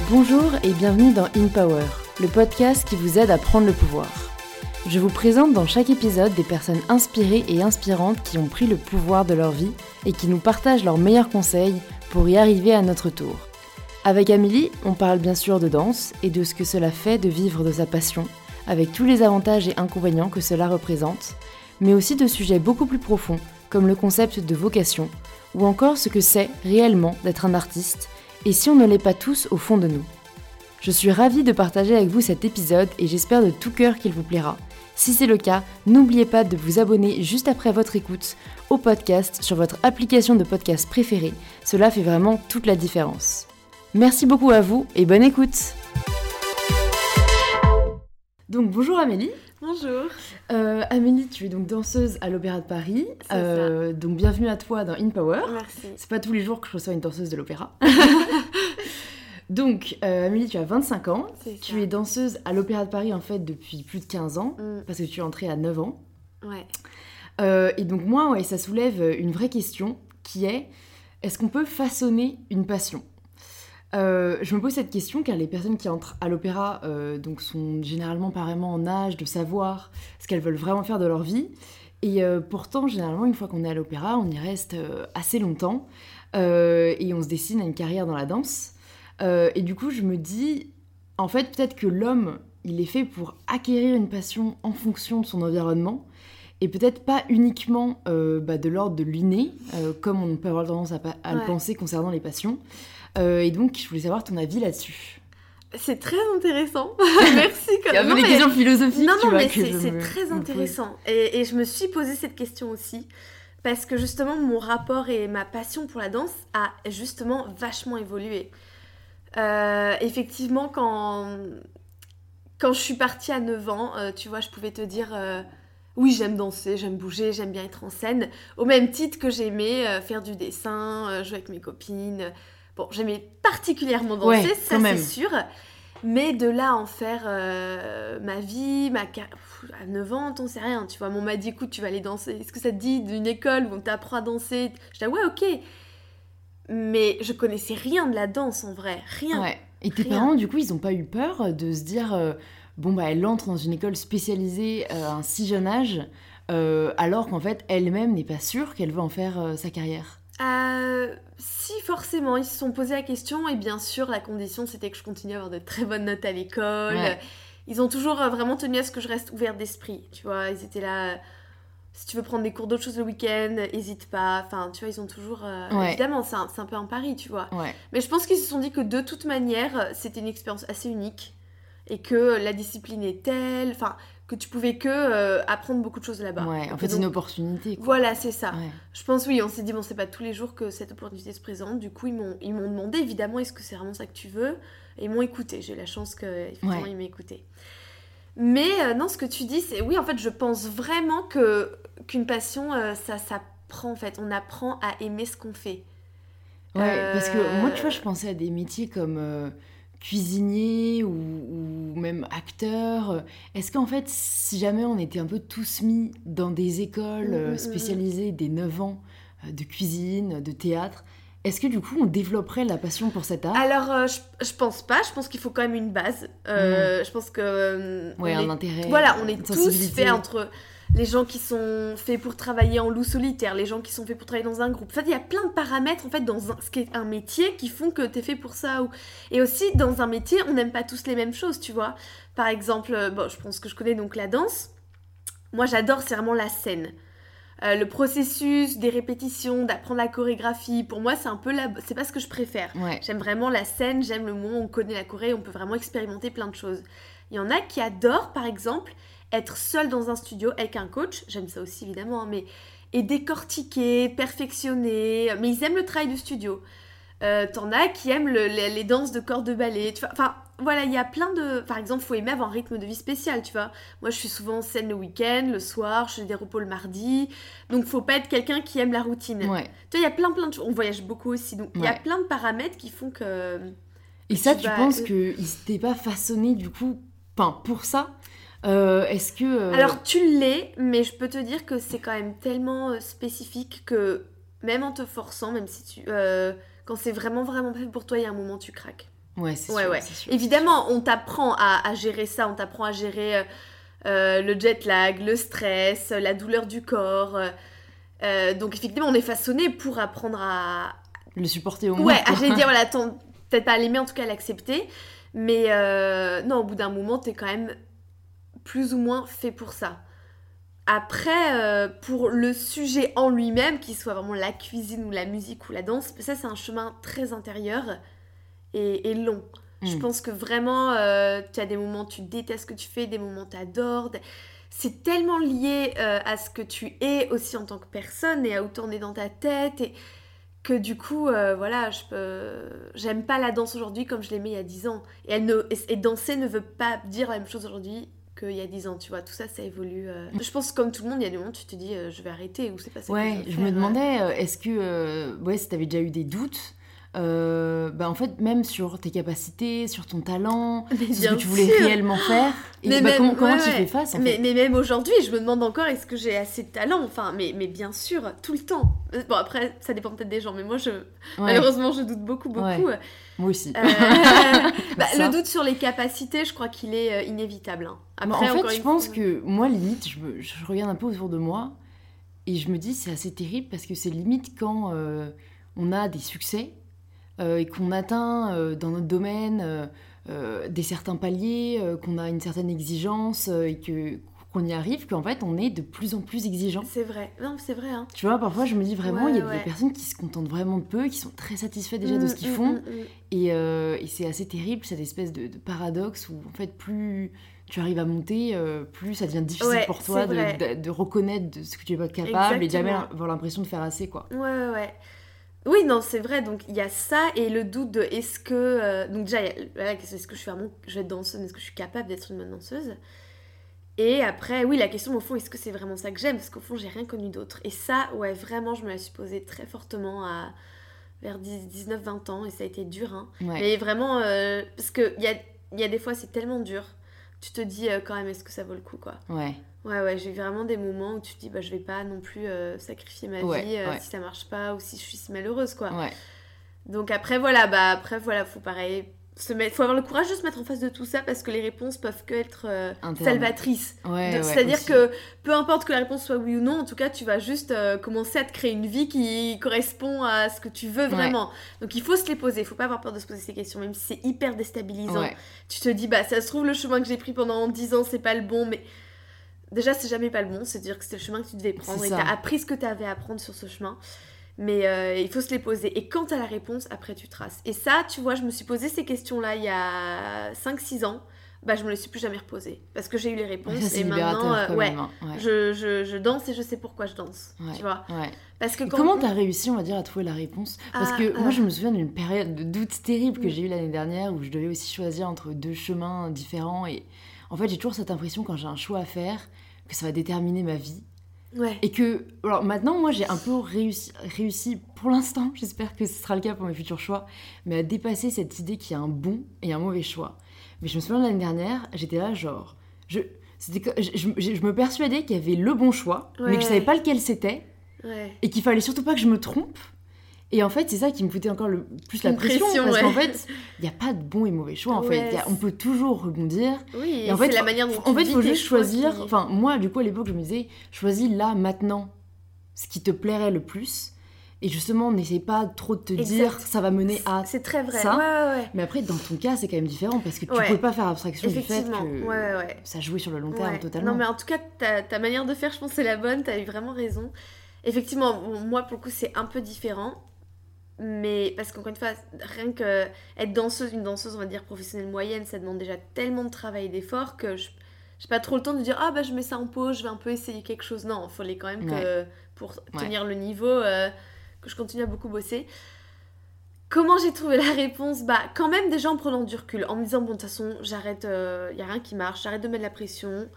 Bonjour et bienvenue dans In Power, le podcast qui vous aide à prendre le pouvoir. Je vous présente dans chaque épisode des personnes inspirées et inspirantes qui ont pris le pouvoir de leur vie et qui nous partagent leurs meilleurs conseils pour y arriver à notre tour. Avec Amélie, on parle bien sûr de danse et de ce que cela fait de vivre de sa passion, avec tous les avantages et inconvénients que cela représente, mais aussi de sujets beaucoup plus profonds, comme le concept de vocation, ou encore ce que c'est réellement d'être un artiste, et si on ne l'est pas tous au fond de nous. Je suis ravie de partager avec vous cet épisode et j'espère de tout cœur qu'il vous plaira. Si c'est le cas, n'oubliez pas de vous abonner juste après votre écoute au podcast sur votre application de podcast préférée, cela fait vraiment toute la différence. Merci beaucoup à vous et bonne écoute. Donc bonjour Amélie. Bonjour. Amélie, tu es donc danseuse à l'Opéra de Paris. Donc bienvenue à toi dans In Power. Merci. C'est pas tous les jours que je reçois une danseuse de l'opéra. Donc Amélie, tu as 25 ans. Tu es danseuse à l'Opéra de Paris en fait depuis plus de 15 ans parce que tu es entrée à 9 ans. Ouais. Et donc moi, ça soulève une vraie question qui est est-ce qu'on peut façonner une passion ? Je me pose cette question car les personnes qui entrent à l'opéra donc sont généralement pas vraiment en âge de savoir ce qu'elles veulent vraiment faire de leur vie et pourtant généralement une fois qu'on est à l'opéra on y reste assez longtemps et on se destine à une carrière dans la danse et du coup je me dis en fait peut-être que l'homme il est fait pour acquérir une passion en fonction de son environnement et peut-être pas uniquement de l'ordre de l'inné comme on peut avoir tendance à le penser concernant les passions. Et donc, je voulais savoir ton avis là-dessus. C'est très intéressant. Merci. Il y a des questions philosophiques, tu vois. Mais c'est très intéressant. Et je me suis posé cette question aussi. Parce que justement, mon rapport et ma passion pour la danse a justement vachement évolué. Effectivement, quand je suis partie à 9 ans, tu vois, je pouvais te dire... oui, j'aime danser, j'aime bouger, j'aime bien être en scène. Au même titre que j'aimais faire du dessin, jouer avec mes copines... Bon, j'aimais particulièrement danser, ça c'est sûr. Mais de là à en faire ma vie, à 9 ans, t'en sais rien, tu vois. On m'a dit, écoute, tu vas aller danser. Est-ce que ça te dit d'une école où on t'apprend à danser ? Je dis, ouais, ok. Mais je connaissais rien de la danse en vrai, rien. Ouais. Et tes parents, du coup, ils ont pas eu peur de se dire, elle entre dans une école spécialisée à un si jeune âge, alors qu'en fait, elle-même n'est pas sûre qu'elle va en faire sa carrière ? Si, forcément, ils se sont posé la question et bien sûr la condition c'était que je continue à avoir de très bonnes notes à l'école. Ils ont toujours vraiment tenu à ce que je reste ouverte d'esprit, tu vois, ils étaient là, si tu veux prendre des cours d'autres choses le week-end, hésite pas, enfin tu vois, ils ont toujours, évidemment c'est un peu un pari, tu vois, mais je pense qu'ils se sont dit que de toute manière c'était une expérience assez unique et que la discipline est telle, enfin... que tu pouvais que apprendre beaucoup de choses là-bas. Ouais, en fait, c'est une opportunité, quoi. Voilà, c'est ça. Ouais. Je pense, oui, on s'est dit, bon, c'est pas tous les jours que cette opportunité se présente. Du coup, ils m'ont demandé, évidemment, est-ce que c'est vraiment ça que tu veux ? Et ils m'ont écouté. J'ai la chance qu'effectivement, ils m'aient écouté. Mais non, ce que tu dis, c'est... Oui, en fait, je pense vraiment qu'une passion, ça s'apprend, en fait. On apprend à aimer ce qu'on fait. Ouais, parce que moi, tu vois, je pensais à des métiers comme... cuisinier ou même acteur. Est-ce qu'en fait, si jamais on était un peu tous mis dans des écoles spécialisées dès 9 ans de cuisine, de théâtre, est-ce que du coup on développerait la passion pour cet art ? Alors, je pense pas. Je pense qu'il faut quand même une base. Je pense que... un intérêt. Voilà, on est tous faits entre... les gens qui sont faits pour travailler en loup solitaire, les gens qui sont faits pour travailler dans un groupe. En fait, il y a plein de paramètres en fait, dans ce qui est un métier qui font que t'es fait pour ça. Et aussi, dans un métier, on n'aime pas tous les mêmes choses, tu vois. Par exemple, je pense que je connais donc la danse. Moi, j'adore, c'est vraiment la scène. Le processus des répétitions, d'apprendre la chorégraphie, pour moi, c'est pas ce que je préfère. Ouais. J'aime vraiment la scène, j'aime le moment où on connaît la choré, on peut vraiment expérimenter plein de choses. Il y en a qui adorent, par exemple... être seule dans un studio avec un coach, j'aime ça aussi évidemment, et décortiquer, perfectionner, mais ils aiment le travail du studio. T'en as qui aiment les danses de corps de ballet, tu vois, enfin voilà, il y a plein de... Par exemple, faut aimer avoir un rythme de vie spécial, tu vois. Moi, je suis souvent en scène le week-end, le soir, je fais des repos le mardi, donc faut pas être quelqu'un qui aime la routine. Ouais. Tu vois, il y a plein de choses, on voyage beaucoup aussi, donc il y a plein de paramètres qui font que... Et ça, tu penses qu'ils t'aient pas façonné du coup, pour ça ? Est-ce que... Alors tu l'es, mais je peux te dire que c'est quand même tellement spécifique que même en te forçant, même si quand c'est vraiment vraiment fait pour toi, il y a un moment tu craques. Ouais, c'est Ouais, sûr, ouais. c'est sûr. Évidemment, on t'apprend à gérer ça, on t'apprend à gérer le jet lag, le stress, la douleur du corps. Donc effectivement, on est façonné pour apprendre à... Le supporter au moins, Ouais, quoi. j'allais dire, voilà, peut-être pas à l'aimer, en tout cas à l'accepter. Mais non, au bout d'un moment, t'es quand même plus ou moins fait pour ça. Après, pour le sujet en lui-même, qu'il soit vraiment la cuisine ou la musique ou la danse, ça c'est un chemin très intérieur et long. Je Mm. pense que vraiment, tu as des moments où tu détestes ce que tu fais, des moments où tu adores. C'est tellement lié à ce que tu es aussi en tant que personne et à où t'en es dans ta tête. Et que du coup, voilà, j'aime pas la danse aujourd'hui comme je l'aimais il y a 10 ans. Et danser ne veut pas dire la même chose aujourd'hui qu'il y a 10 ans, tu vois. Tout ça, ça évolue. Je pense que comme tout le monde, il y a des moments où tu te dis, je vais arrêter ou c'est pas ça que je Ouais, veux je faire. me demandais, est-ce que, ouais, si t'avais déjà eu des doutes, bah en fait, même sur tes capacités, sur ton talent, Mais sur ce bien que tu voulais sûr. réellement faire, et Mais bah, même, comment ouais, tu ouais. fais face, en mais, fait? mais même aujourd'hui, je me demande encore est-ce que j'ai assez de talent. Enfin, mais bien sûr, tout le temps. Bon, après, ça dépend peut-être des gens, mais moi, Ouais, malheureusement, je doute beaucoup. ouais. Moi aussi. Bah, Ça. le doute sur les capacités, je crois qu'il est inévitable. Hein. Mais Après, en fait, encore je une pense fois... que moi, limite, je regarde un peu autour de moi et je me dis c'est assez terrible parce que c'est limite quand on a des succès et qu'on atteint dans notre domaine des certains paliers, qu'on a une certaine exigence et qu'on y arrive, qu'en fait, on est de plus en plus exigeant. C'est vrai. Non, c'est vrai. Hein. Tu vois, parfois, je me dis vraiment, il y a Ouais. des personnes qui se contentent vraiment de peu, qui sont très satisfaits déjà de ce qu'ils font. Et c'est assez terrible, cette espèce de paradoxe où, en fait, plus tu arrives à monter, plus ça devient difficile Ouais, pour toi c'est vrai. de reconnaître de ce que tu es pas capable et jamais Exactement. avoir l'impression de faire assez, quoi. Ouais. Oui, non, c'est vrai. Donc, il y a ça et le doute de est-ce que... donc déjà, est-ce que je vais être danseuse, est-ce que je suis capable d'être une bonne danseuse? Et après, oui, la question au fond, est-ce que c'est vraiment ça que j'aime? Parce qu'au fond, j'ai rien connu d'autre. Et ça, ouais, vraiment, je me la suis posée très fortement vers 19-20 ans et ça a été dur. Hein. Ouais. Mais vraiment, parce qu'il y a des fois, c'est tellement dur. Tu te dis quand même, est-ce que ça vaut le coup, quoi? Ouais. Ouais, j'ai eu vraiment des moments où tu te dis, bah, je vais pas non plus sacrifier ma vie si ça marche pas ou si je suis si malheureuse, quoi. Ouais. Donc après, voilà, faut pareil... faut avoir le courage de se mettre en face de tout ça parce que les réponses peuvent que être salvatrices. C'est-à-dire aussi. que peu importe que la réponse soit oui ou non, en tout cas, tu vas juste commencer à te créer une vie qui correspond à ce que tu veux vraiment. Donc il faut se les poser, il faut pas avoir peur de se poser ces questions, même si c'est hyper déstabilisant. Tu te dis, bah ça se trouve, le chemin que j'ai pris pendant 10 ans, c'est pas le bon, mais déjà, c'est jamais pas le bon, c'est-à-dire que c'est le chemin que tu devais prendre et t'as appris ce que t'avais à apprendre sur ce chemin. Mais il faut se les poser. Et quand t'as la réponse, après tu traces. Et ça, tu vois, je me suis posé ces questions-là il y a 5-6 ans. Bah, je me les suis plus jamais reposées. Parce que j'ai eu les réponses. Ça, c'est et maintenant, même, hein. Je danse et je sais pourquoi je danse. Tu vois. Parce que comment t'as réussi, on va dire, à trouver la réponse? Parce que moi, je me souviens d'une période de doute terrible que j'ai eue l'année dernière où je devais aussi choisir entre deux chemins différents. Et en fait, j'ai toujours cette impression quand j'ai un choix à faire que ça va déterminer ma vie. Et que, alors maintenant, moi j'ai un peu réussi pour l'instant, j'espère que ce sera le cas pour mes futurs choix, mais à dépasser cette idée qu'il y a un bon et un mauvais choix. Mais je me souviens de l'année dernière, j'étais là genre, je me persuadais qu'il y avait le bon choix, mais que je savais pas lequel c'était, et qu'il fallait surtout pas que je me trompe. Et en fait, c'est ça qui me foutait encore plus la pression parce qu'en fait, il n'y a pas de bon et mauvais choix. En fait, on peut toujours rebondir. Oui, et en fait, c'est la manière dont il faut juste choisir. Enfin, moi, du coup, à l'époque, je me disais, choisis là, maintenant, ce qui te plairait le plus. Et justement, n'essaye pas trop de te dire, ça va mener à c'est très vrai. ça. Ouais. Mais après, dans ton cas, c'est quand même différent parce que tu peux pas faire abstraction du fait que ça jouait sur le long terme totalement. Non, mais en tout cas, ta manière de faire, je pense, c'est la bonne. T'as eu vraiment raison. Effectivement, moi, pour le coup, c'est un peu différent. Mais parce qu'encore une fois, rien que être une danseuse, on va dire professionnelle moyenne, ça demande déjà tellement de travail et d'effort que j'ai pas trop le temps de dire ah bah je mets ça en pause, je vais un peu essayer quelque chose. Non, il fallait quand même que pour tenir le niveau, que je continue à beaucoup bosser. Comment j'ai trouvé la réponse? Bah quand même déjà en prenant du recul, en me disant bon de toute façon j'arrête, y a rien qui marche, j'arrête de mettre la pression,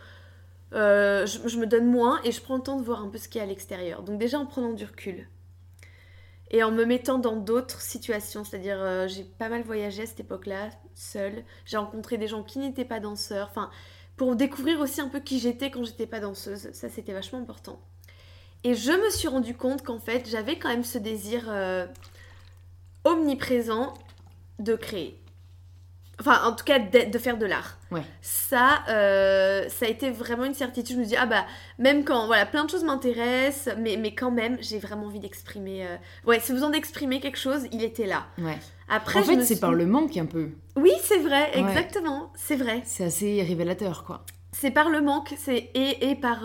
je me donne moins et je prends le temps de voir un peu ce qu'il y a à l'extérieur. Donc déjà en prenant du recul. Et en me mettant dans d'autres situations, c'est-à-dire j'ai pas mal voyagé à cette époque-là, seule. J'ai rencontré des gens qui n'étaient pas danseurs, enfin, pour découvrir aussi un peu qui j'étais quand j'étais pas danseuse. Ça, c'était vachement important. Et je me suis rendu compte qu'en fait, j'avais quand même ce désir omniprésent de créer. Enfin, en tout cas, de faire de l'art. Ouais. Ça a été vraiment une certitude. Je me dis, ah bah, même quand, voilà, plein de choses m'intéressent, mais quand même, j'ai vraiment envie d'exprimer... Ouais, si besoin d'exprimer quelque chose, il était là. Ouais. Après, en fait, c'est par le manque, un peu. Oui, c'est vrai, exactement, c'est vrai. C'est assez révélateur, quoi. C'est par le manque, et par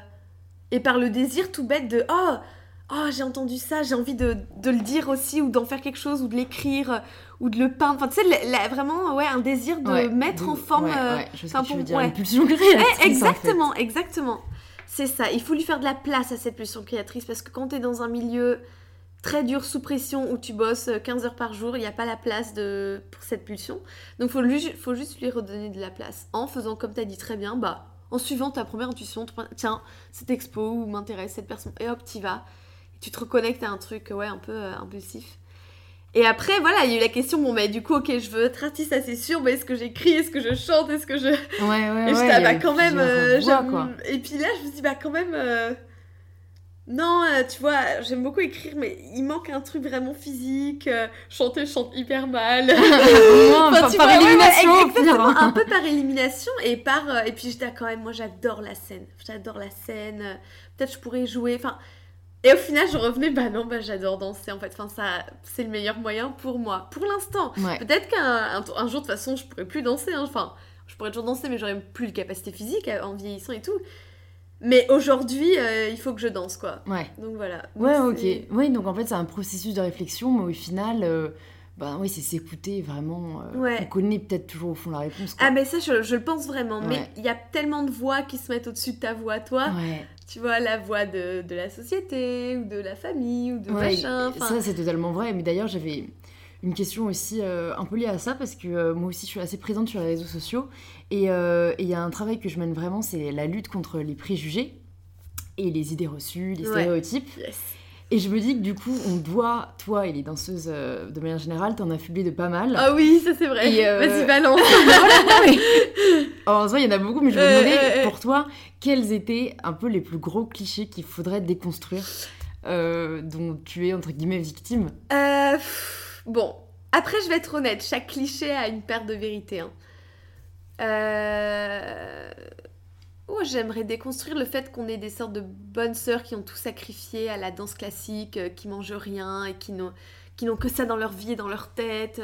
le désir tout bête de oh, j'ai entendu ça, j'ai envie de le dire aussi, ou d'en faire quelque chose, ou de l'écrire, ou de le peindre. Enfin, tu sais, vraiment, un désir de mettre en forme... je sais ce que tu veux dire, une pulsion créatrice, exactement, en fait. Exactement. C'est ça, il faut lui faire de la place à cette pulsion créatrice, parce que quand t'es dans un milieu très dur, sous pression, où tu bosses 15 heures par jour, il n'y a pas la place pour cette pulsion. Donc, faut juste lui redonner de la place, en faisant, comme t'as dit très bien, en suivant ta première intuition, tiens, cette expo où m'intéresse cette personne, et hop, t'y vas. Et tu te reconnectes à un truc, un peu impulsif. Et après, voilà, il y a eu la question, bon, mais du coup, ok, je veux être artiste, ça c'est sûr, mais est-ce que j'écris, est-ce que je chante, est-ce que je... Ouais, et je quand même... quoi. Et puis là, je me dis, quand même... Non, tu vois, j'aime beaucoup écrire, mais il manque un truc vraiment physique. Chanter, je chante hyper mal. Par élimination, exactement, un peu par élimination et et puis j'étais quand même, moi j'adore la scène. Peut-être je pourrais jouer. Enfin, et au final, je revenais, j'adore danser en fait. Enfin, ça, c'est le meilleur moyen pour moi, pour l'instant. Ouais. Peut-être qu'un jour, de toute façon, je pourrais plus danser. Hein. Enfin, je pourrais toujours danser, mais j'aurais plus de capacité physique en vieillissant et tout. Mais aujourd'hui, il faut que je danse, quoi. Ouais. Donc voilà. Donc, ok. Oui, donc en fait, c'est un processus de réflexion, mais au final, c'est s'écouter vraiment. On connaît peut-être toujours au fond la réponse, quoi. Ah, mais ça, je le pense vraiment. Mais il y a tellement de voix qui se mettent au-dessus de ta voix, toi. Ouais. Tu vois, la voix de la société, ou de la famille, ou de machin. Ça, c'est totalement vrai. Mais d'ailleurs, j'avais une question aussi un peu liée à ça, parce que moi aussi, je suis assez présente sur les réseaux sociaux. Et il y a un travail que je mène vraiment, c'est la lutte contre les préjugés et les idées reçues, les stéréotypes. Yes. Et je me dis que du coup, on doit, toi et les danseuses de manière générale, t'en as publié de pas mal. Ah oui, ça c'est vrai. Vas-y, balance. En soi, il y en a beaucoup, mais je me demandais, pour toi, quels étaient un peu les plus gros clichés qu'il faudrait déconstruire, dont tu es, entre guillemets, victime. Bon, après, je vais être honnête, chaque cliché a une part de vérité. Hein. J'aimerais déconstruire le fait qu'on ait des sortes de bonnes sœurs qui ont tout sacrifié à la danse classique, qui mangent rien et qui n'ont que ça dans leur vie et dans leur tête.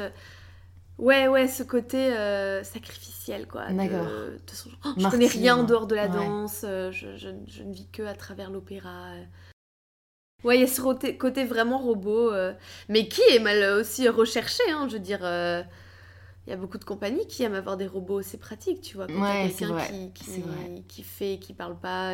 Ce côté sacrificiel, quoi. D'accord. Je connais rien en dehors de la danse, je ne vis que à travers l'opéra. Il y a ce côté vraiment robot, mais qui est mal aussi recherché, hein, je veux dire... Il y a beaucoup de compagnies qui aiment avoir des robots, c'est pratique, tu vois. Quand t'as quelqu'un qui fait, qui parle pas...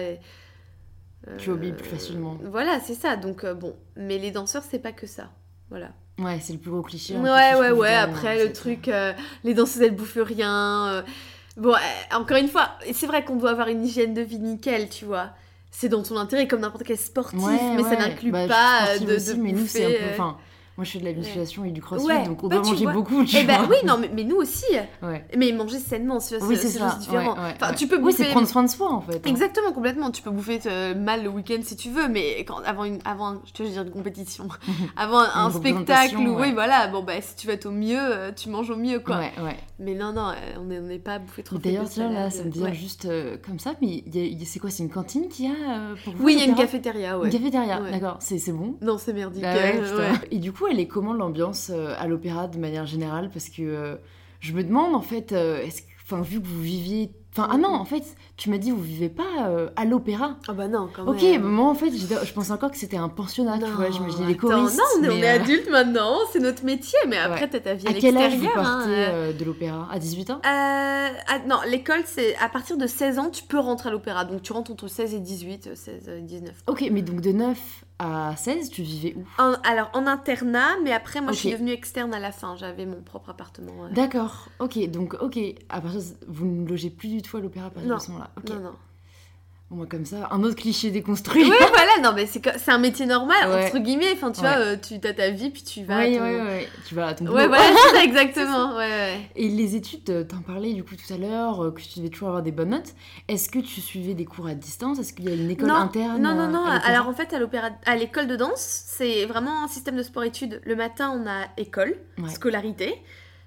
tu oublies plus facilement. Voilà, c'est ça. Donc, bon. Mais les danseurs, c'est pas que ça. Voilà. Ouais, c'est le plus gros cliché. Après, le truc... les danseuses, elles bouffent rien. Bon, encore une fois, c'est vrai qu'on doit avoir une hygiène de vie nickel, tu vois. C'est dans ton intérêt, comme n'importe quel sportif, mais ça n'inclut pas de aussi, mais nous, c'est un peu... Enfin, moi, je fais de la musculation et du crossfit, donc on doit manger beaucoup, tu vois. Oui, non, mais nous aussi. Ouais. Mais manger sainement, c'est juste différent. Tu peux bouffer... Oui, c'est prendre soin de soi, en fait. Exactement, complètement. Tu peux bouffer mal le week-end si tu veux, mais avant je veux dire, une compétition, avant un spectacle, si tu vas être au mieux, tu manges au mieux, quoi. Ouais. Mais non, on n'est pas bouffé trop. D'ailleurs, là, ça me vient juste comme ça, mais c'est quoi, c'est une cantine qu'il y a pour vous? Oui, il y a une cafétéria, Une cafétéria, d'accord. C'est bon? Non, c'est merdique. Et du coup, elle est comment l'ambiance à l'opéra de manière générale? Parce que je me demande en fait, vu que vous viviez... en fait, tu m'as dit vous vivez pas à l'opéra. Ah bah non, quand même. Ok, moi en fait, je pensais encore que c'était un pensionnat, tu vois, j'imaginais les choristes. Non, on est adultes maintenant, c'est notre métier, mais après t'as ta vie à l'extérieur. À quel âge vous partez de l'opéra? À 18 ans? Non, l'école, c'est à partir de 16 ans, tu peux rentrer à l'opéra, donc tu rentres entre 16 et 18, 16 et 19. Ok, mais donc de 9 à 16, tu vivais où? Alors, en internat, mais après, moi, je suis devenue externe à la fin. J'avais mon propre appartement. D'accord. Ok. À partir de... vous ne logez plus du tout à l'opéra à partir de ce moment-là. Okay. Non. Bon, moi, comme ça, un autre cliché déconstruit. Oui, voilà. Non, mais c'est un métier normal, entre guillemets. Enfin, tu vois, tu as ta vie, puis tu vas à ton... Tu vas à ton boulot. Ouais, voilà, c'est ça, exactement. Ouais. Et les études, t'en parlais, du coup, tout à l'heure, que tu devais toujours avoir des bonnes notes. Est-ce que tu suivais des cours à distance? Est-ce qu'il y a une école interne? Non. Alors, en fait, à l'école de danse, c'est vraiment un système de sport-études. Le matin, on a école, scolarité.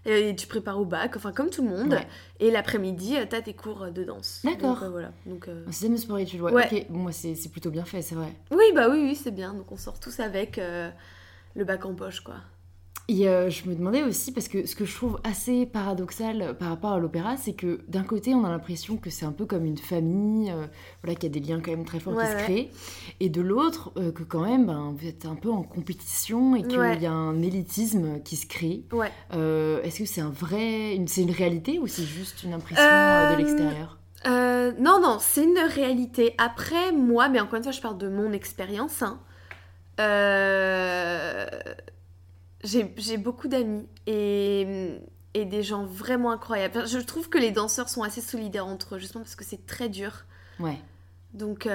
Et tu prépares au bac, enfin comme tout le monde. Ouais. Et l'après-midi, t'as tes cours de danse. D'accord. Donc, voilà. Donc, Un système de sport-études, ouais. Ouais. Ok, bon, moi, c'est plutôt bien fait, c'est vrai. oui, c'est bien. Donc on sort tous avec le bac en poche, quoi. Et je me demandais aussi, parce que ce que je trouve assez paradoxal par rapport à l'opéra, c'est que d'un côté, on a l'impression que c'est un peu comme une famille, voilà, qu'il y a des liens quand même très forts qui se créent, et de l'autre, que quand même, vous êtes un peu en compétition et qu'il y a un élitisme qui se crée. Ouais. Est-ce que c'est c'est une réalité ou c'est juste une impression de l'extérieur ? Non, c'est une réalité. Après, moi, mais encore une fois, je parle de mon expérience, hein. J'ai beaucoup d'amis et des gens vraiment incroyables. Enfin, je trouve que les danseurs sont assez solidaires entre eux, justement parce que c'est très dur. Ouais. Donc,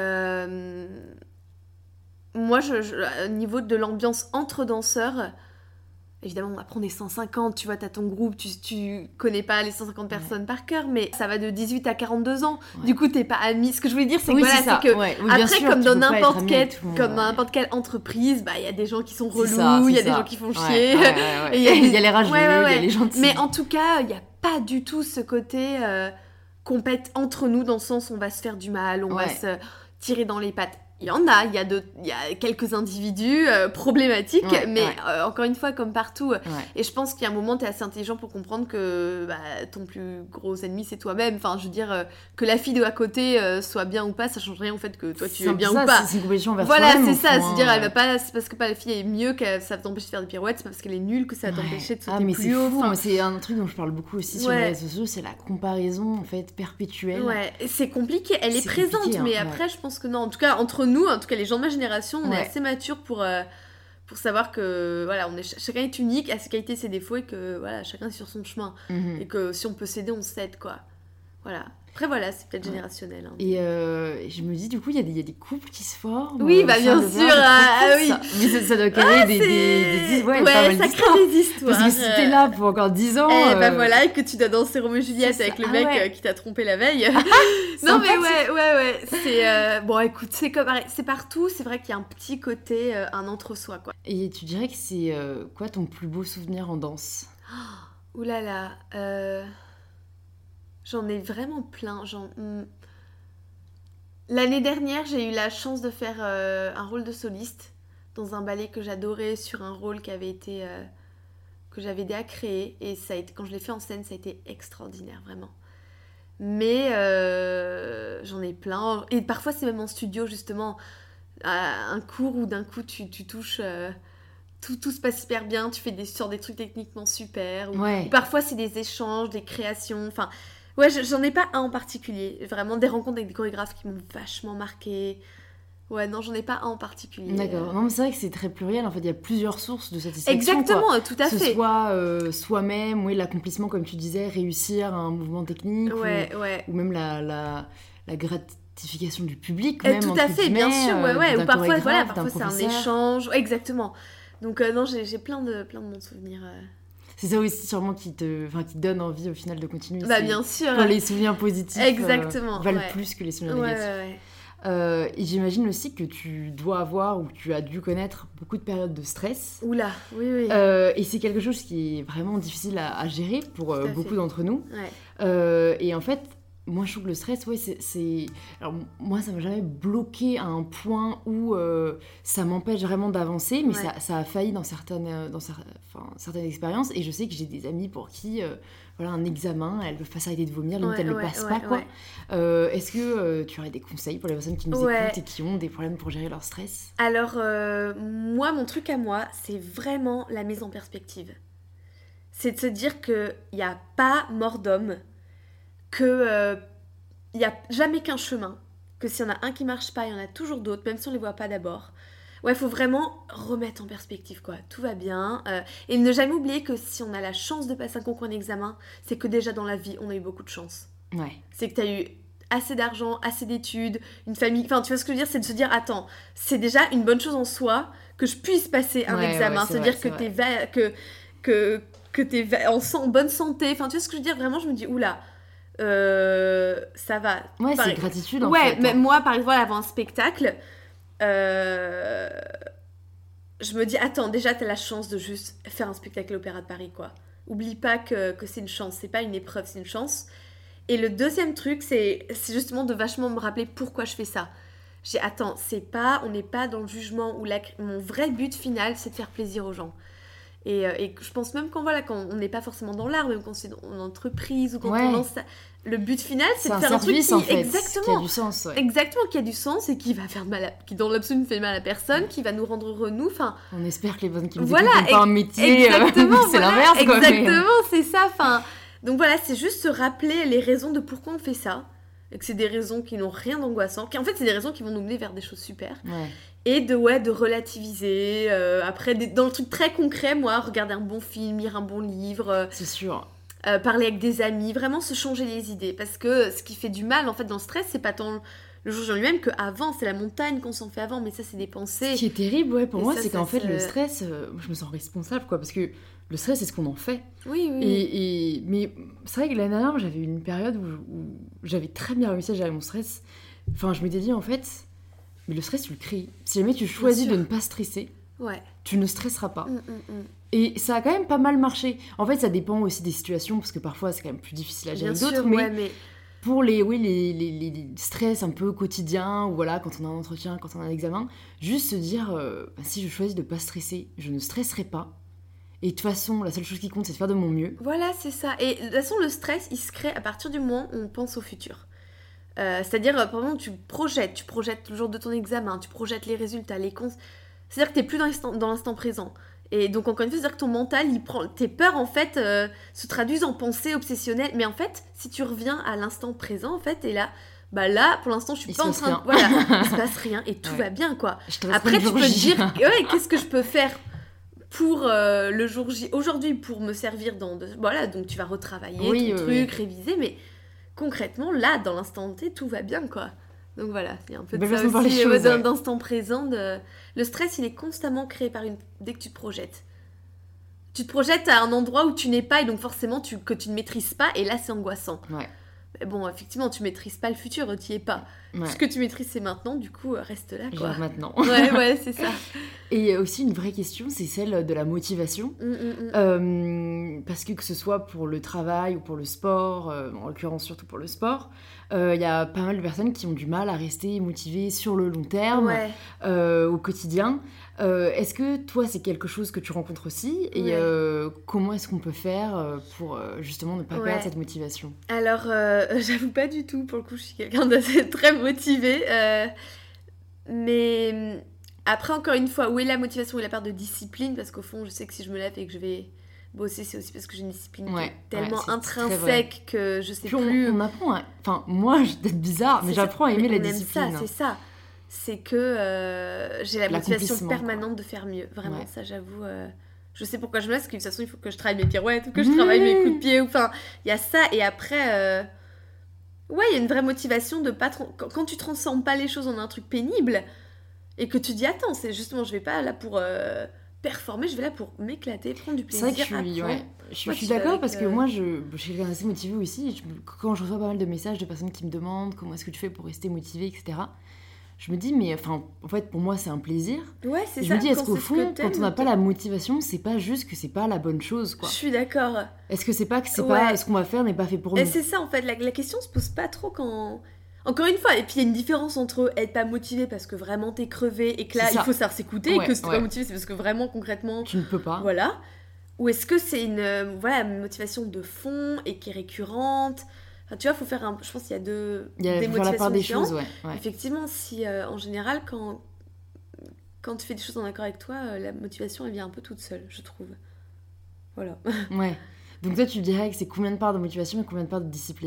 moi, au niveau de l'ambiance entre danseurs, évidemment, après on est 150, tu vois, t'as ton groupe, tu connais pas les 150 personnes par cœur, mais ça va de 18 à 42 ans. Ouais. Du coup, t'es pas amis. Ce que je voulais dire, c'est que, c'est que après, sûr, comme dans n'importe quelle entreprise, il y a des gens qui sont relous, il y a des gens qui font chier. Et il y a les rageux, il y a les gentils. Mais en tout cas, il n'y a pas du tout ce côté compète entre nous, dans le sens où on va se faire du mal, on va se tirer dans les pattes. Il y en a, il y a quelques individus problématiques, mais encore une fois, comme partout. Et je pense qu'il y a un moment, tu es assez intelligent pour comprendre que ton plus gros ennemi, c'est toi-même. Enfin, je veux dire, que la fille de à côté soit bien ou pas, ça change rien au fait que toi, tu es bien ou pas. C'est une compétition vers voilà, toi-même. C'est ça. C'est-à-dire, elle va pas, c'est parce que la fille est mieux que ça va t'empêcher de faire des pirouettes, c'est pas parce qu'elle est nulle que ça va t'empêcher de sauter plus haut. Fou, c'est un truc dont je parle beaucoup aussi sur les réseaux sociaux, c'est la comparaison, en fait, perpétuelle. Ouais, c'est compliqué. Elle est présente, mais après, je pense que non. En tout cas, entre nous, en tout cas les gens de ma génération, on est assez matures pour savoir que voilà, chacun est unique, a ses qualités, ses défauts, et que voilà, chacun est sur son chemin. Et que si on peut s'aider, on s'aide, quoi. Voilà. Après voilà, c'est peut-être générationnel. Hein. Et je me dis, du coup, il y a des couples qui se forment. Oui, bien sûr. Oui. Mais ça doit créer des ça crée des histoires. Parce que si t'es là pour encore 10 ans... voilà, et que tu dois danser Roméo et Juliette avec le mec qui t'a trompé la veille. Non mais ouais. C'est bon, écoute, c'est comme c'est partout. C'est vrai qu'il y a un petit côté, un entre-soi, quoi. Et tu dirais que c'est quoi ton plus beau souvenir en danse ? Ouh là là. J'en ai vraiment plein. L'année dernière, j'ai eu la chance de faire un rôle de soliste dans un ballet que j'adorais, sur un rôle qui avait été que j'avais aidé à créer. Et ça a été, quand je l'ai fait en scène, ça a été extraordinaire, vraiment. Mais j'en ai plein. Et parfois, c'est même en studio, justement, un cours où d'un coup, tu touches... Tout se passe super bien, tu fais sur des trucs techniquement super. Ou parfois, c'est des échanges, des créations. Enfin... Ouais, j'en ai pas un en particulier. Vraiment des rencontres avec des chorégraphes qui m'ont vachement marqué. Ouais, non, j'en ai pas un en particulier. D'accord. Non, mais c'est vrai que c'est très pluriel. En fait, il y a plusieurs sources de satisfaction. Exactement, quoi. Tout à fait. Que ce soit soi-même, l'accomplissement, comme tu disais, réussir un mouvement technique. Ou même la gratification du public, même, tout à fait, bien sûr. Ou parfois c'est un échange. Exactement. Donc, non, j'ai plein de bons souvenirs. C'est ça aussi sûrement qui te donne envie au final de continuer. Bien sûr. Quand les souvenirs positifs valent plus que les souvenirs négatifs. Et j'imagine aussi que tu dois avoir ou tu as dû connaître beaucoup de périodes de stress. Oula, oui. Et c'est quelque chose qui est vraiment difficile à gérer pour beaucoup d'entre nous. Et en fait, moi je trouve que le stress, c'est... Alors moi ça m'a jamais bloqué à un point où ça m'empêche vraiment d'avancer, mais ça a failli dans certaines expériences. Et je sais que j'ai des amis pour qui un examen, elles peuvent pas s'arrêter de vomir, limite elles ne le passent pas, quoi. Est-ce que tu aurais des conseils pour les personnes qui nous écoutent et qui ont des problèmes pour gérer leur stress ? Alors moi, mon truc à moi, c'est vraiment la mise en perspective. C'est de se dire qu'il n'y a pas mort d'homme, que il n'y a jamais qu'un chemin, que s'il y en a un qui marche pas, il y en a toujours d'autres, même si on les voit pas d'abord. Ouais, il faut vraiment remettre en perspective, quoi. Tout va bien. Et ne jamais oublier que si on a la chance de passer un concours, un examen, c'est que déjà dans la vie, on a eu beaucoup de chance. Ouais. C'est que tu as eu assez d'argent, assez d'études, une famille... Enfin, tu vois ce que je veux dire ? C'est de se dire, attends, c'est déjà une bonne chose en soi que je puisse passer un examen. C'est-à-dire que t'es en bonne santé. Enfin, tu vois ce que je veux dire ? Vraiment, je me dis, oula... ça va. Ouais, c'est gratitude en fait. Mais moi, par exemple, avant un spectacle, je me dis, attends, déjà, t'as la chance de juste faire un spectacle à l'Opéra de Paris, quoi. Oublie pas que c'est une chance, c'est pas une épreuve, c'est une chance. Et le deuxième truc, c'est justement de vachement me rappeler pourquoi je fais ça. Attends, on n'est pas dans le jugement où mon vrai but final, c'est de faire plaisir aux gens. Et je pense même quand on n'est pas forcément dans l'art, même quand c'est en entreprise ou quand on lance ça, le but final, c'est de faire un truc qui, en fait, exactement, qui a du sens. Ouais. Exactement, qui a du sens et qui va faire de mal, qui dans l'absolu ne fait mal à personne, qui va nous rendre heureux nous. Enfin, on espère que les bonnes qui nous écoutent n'ont pas un métier. Exactement, c'est l'inverse. Exactement, c'est ça. Enfin, donc voilà, c'est juste se rappeler les raisons de pourquoi on fait ça. Et que c'est des raisons qui n'ont rien d'angoissant. En fait, c'est des raisons qui vont nous mener vers des choses super. Ouais. Et de relativiser. Après, dans le truc très concret, moi, regarder un bon film, lire un bon livre. C'est sûr. Parler avec des amis. Vraiment se changer les idées. Parce que ce qui fait du mal, en fait, dans le stress, c'est pas tant le jour en lui-même qu'avant. C'est la montagne qu'on s'en fait avant. Mais ça, c'est des pensées. Ce qui est terrible, pour moi, c'est qu'en fait, se... le stress, je me sens responsable, quoi. Parce que le stress, c'est ce qu'on en fait. Oui. Mais c'est vrai que l'année dernière, j'avais une période où j'avais très bien réussi à gérer mon stress. Enfin, je m'étais dit, en fait, mais le stress, tu le crées. Si jamais tu choisis de ne pas stresser, tu ne stresseras pas. Et ça a quand même pas mal marché. En fait, ça dépend aussi des situations, parce que parfois, c'est quand même plus difficile à gérer que d'autres. Mais pour les stress un peu quotidiens, ou voilà, quand on a un entretien, quand on a un examen, juste se dire, si je choisis de ne pas stresser, je ne stresserai pas. Et de toute façon, la seule chose qui compte, c'est de faire de mon mieux. Voilà, c'est ça. Et de toute façon, le stress, il se crée à partir du moment où on pense au futur. C'est-à-dire, par exemple, tu projettes le jour de ton examen, tu projettes les résultats, les cons. C'est-à-dire que t'es plus dans l'instant présent. Et donc, encore une fois, c'est-à-dire que ton mental, tes peurs, en fait, se traduisent en pensées obsessionnelles. Mais en fait, si tu reviens à l'instant présent, en fait, et là, pour l'instant, je suis pas en train... Voilà, il se passe rien et tout va bien, quoi. Après, tu peux te dire, qu'est-ce que je peux faire pour le jour J, aujourd'hui, pour me servir voilà, donc tu vas retravailler ton truc, réviser, mais concrètement, là, dans l'instant T, tout va bien, quoi. Donc voilà, il y a un peu de ça aussi, d'instant présent. Le stress, il est constamment créé dès que tu te projettes. Tu te projettes à un endroit où tu n'es pas, et donc forcément, que tu ne maîtrises pas, et là, c'est angoissant. Ouais. Mais bon, effectivement, tu maîtrises pas le futur, tu y es pas. Ce que tu maîtrises, c'est maintenant, du coup, reste là, quoi. Genre maintenant. Ouais, c'est ça. Et aussi, une vraie question, c'est celle de la motivation. Parce que ce soit pour le travail ou pour le sport, en l'occurrence surtout pour le sport, y a pas mal de personnes qui ont du mal à rester motivées sur le long terme, au quotidien. Est-ce que toi, c'est quelque chose que tu rencontres aussi ? Et comment est-ce qu'on peut faire pour justement ne pas perdre cette motivation ? Alors, j'avoue pas du tout. Pour le coup, je suis quelqu'un d'assez très motivé. Mais après, encore une fois, où est la motivation, où est la part de discipline ? Parce qu'au fond, je sais que si je me lève et que je vais bosser, c'est aussi parce que j'ai une discipline tellement intrinsèque que je sais plus... On apprend à... Enfin, moi, je peut-être bizarre, mais j'apprends à aimer la discipline. C'est ça. C'est que j'ai la motivation permanente de faire mieux. Vraiment, ça, j'avoue... Je sais pourquoi je me laisse, parce que de toute façon, il faut que je travaille mes pirouettes ou que je travaille mes coups de pied. Enfin, il y a ça. Et après... il y a une vraie motivation de pas... Quand tu transformes pas les choses en un truc pénible et que tu dis, attends, c'est justement, je vais pas là pour... performer, je vais là pour m'éclater, prendre du plaisir. C'est vrai que je suis d'accord parce que moi, je suis quelqu'un assez motivée aussi. Quand je reçois pas mal de messages de personnes qui me demandent comment est-ce que tu fais pour rester motivée, etc., je me dis, mais en fait, pour moi, c'est un plaisir. Ouais, c'est ça. Je me dis, est-ce qu'au fond, quand on n'a pas la motivation, c'est pas juste que c'est pas la bonne chose, quoi. Je suis d'accord. Est-ce que c'est pas pas ce qu'on va faire n'est pas fait pour nous ? Et c'est ça, en fait. La question se pose pas trop quand... Encore une fois, et puis il y a une différence entre être pas motivé parce que vraiment t'es crevé et que là, il faut savoir s'écouter, et que si t'es pas motivé, c'est parce que vraiment, concrètement... Tu ne peux pas. Voilà. Ou est-ce que c'est une motivation de fond et qui est récurrente ? Enfin, tu vois, il faut faire je pense qu'il y a des motivations la part des choses, Effectivement, si en général, quand tu fais des choses en accord avec toi, la motivation, elle vient un peu toute seule, je trouve. Voilà. Ouais. Donc toi, tu dirais que c'est combien de parts de motivation et combien de parts de discipline ?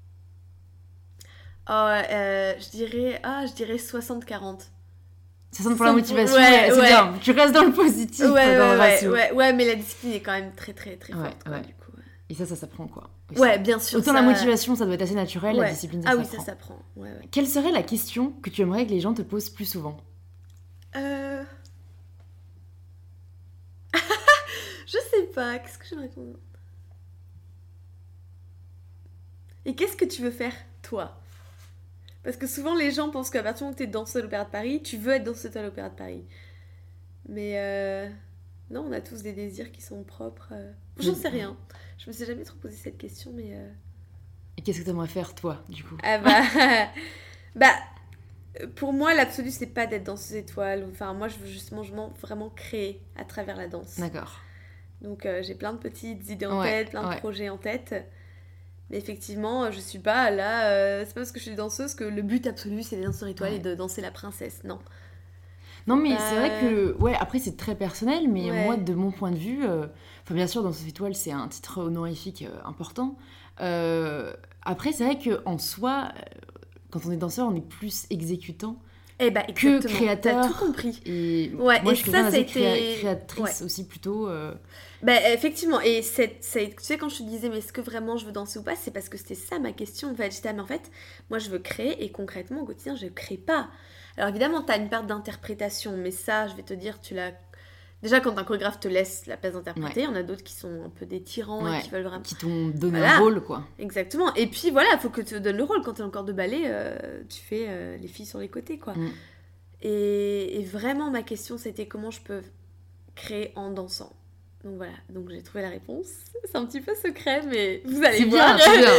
Je dirais 60-40. 60 pour la motivation, c'est bien. Tu restes dans le positif, dans le ratio. Ouais, mais la discipline est quand même très, très, très forte, quoi, du coup. Et ça s'apprend, quoi. Aussi. Ouais, bien sûr. Autant la motivation, ça doit être assez naturel, la discipline, ça s'apprend. Ah oui, ça s'apprend. Ouais. Quelle serait la question que tu aimerais que les gens te posent plus souvent ? Je sais pas, qu'est-ce que j'aimerais répondre ? Et qu'est-ce que tu veux faire, toi ? Parce que souvent, les gens pensent qu'à partir du moment où t'es danseuse à l'Opéra de Paris, tu veux être danseuse à l'Opéra de Paris. Mais Non, on a tous des désirs qui sont propres. J'en sais rien. Je me suis jamais trop posé cette question, mais... Et qu'est-ce que t'aimerais faire, toi, du coup? Ah bah... bah, pour moi, l'absolu, c'est pas d'être danseuse étoile. Enfin, moi, je veux justement vraiment créer à travers la danse. D'accord. Donc, j'ai plein de petites idées en tête, plein de projets en tête. Mais effectivement, je suis pas là... c'est pas parce que je suis danseuse que le but absolu, c'est des danseurs étoiles et de danser la princesse. Non. Non, mais c'est vrai que... Ouais, après, c'est très personnel, mais moi, de mon point de vue... Enfin, bien sûr, danseuse étoile, c'est un titre honorifique important. Après, c'est vrai qu'en soi... Quand on est danseur, on est plus exécutant que créateur. T'as tout compris. Et moi, je suis quelqu'un d'assez créatrice aussi, plutôt. Effectivement. Et tu sais, quand je te disais, mais est-ce que vraiment je veux danser ou pas, c'est parce que c'était ça ma question. En fait, j'étais, mais en fait, moi, je veux créer. Et concrètement, au quotidien, je ne crée pas. Alors, évidemment, tu as une part d'interprétation. Mais ça, je vais te dire, tu l'as... Déjà, quand un chorégraphe te laisse la place d'interpréter, il y en a d'autres qui sont un peu des tyrans et qui veulent vraiment... Qui t'ont donné un rôle, quoi. Exactement. Et puis, voilà, il faut que tu te donnes le rôle. Quand tu es en corps de ballet, tu fais les filles sur les côtés, quoi. Et vraiment, ma question, c'était comment je peux créer en dansant. Donc voilà, donc j'ai trouvé la réponse. C'est un petit peu secret, mais vous allez voir. C'est bien.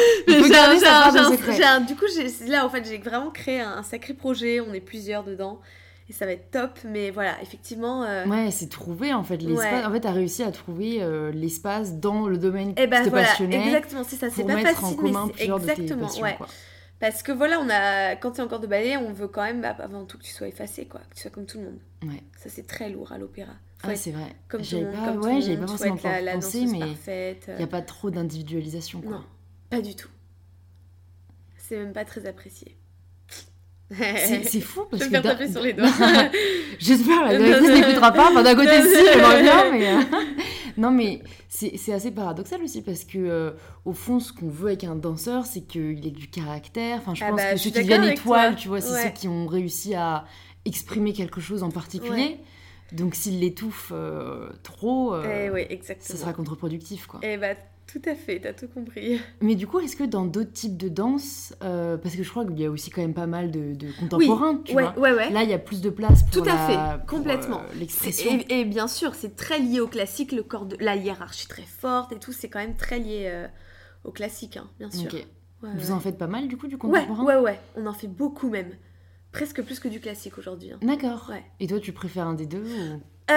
Du coup, là, en fait, j'ai vraiment créé un sacré projet. On est plusieurs dedans. Et ça va être top, mais voilà, effectivement... Ouais, c'est trouver, en fait, l'espace. En fait, t'as réussi à trouver l'espace dans le domaine qui te passionnait. Exactement, c'est ça. C'est pas mettre facile, en commun mais plusieurs de tes passions, quoi. Parce que voilà, quand t'es en corps de ballet, on veut quand même, avant tout, que tu sois effacé, quoi. Que tu sois comme tout le monde. Ouais. Ça, c'est très lourd à l'opéra. C'est vrai. Comme j'avais pas forcément pensé, mais il n'y a pas trop d'individualisation, quoi. Non, pas du tout. C'est même pas très apprécié. C'est fou parce je vais que... taper sur les doigts. J'espère, la directrice n'écoutera pas. Enfin, d'un côté, si, j'aimerais bien, mais... Non, mais c'est assez paradoxal aussi parce que, au fond, ce qu'on veut avec un danseur, c'est qu'il ait du caractère. Enfin, je pense que ceux qui deviennent étoiles, tu vois, c'est ceux qui ont réussi à exprimer quelque chose en particulier. Donc, s'il l'étouffe trop, ça sera contre-productif, quoi. Tout à fait, t'as tout compris. Mais du coup, est-ce que dans d'autres types de danse, parce que je crois qu'il y a aussi quand même pas mal de contemporains, tu vois. Là, il y a plus de place pour complètement. L'expression. Et bien sûr, c'est très lié au classique, la hiérarchie très forte et tout, c'est quand même très lié au classique, hein, bien sûr. Okay. Vous en faites pas mal, du coup, du contemporain ? Ouais, on en fait beaucoup même. Presque plus que du classique aujourd'hui. Hein. D'accord. Ouais. Et toi, tu préfères un des deux ou...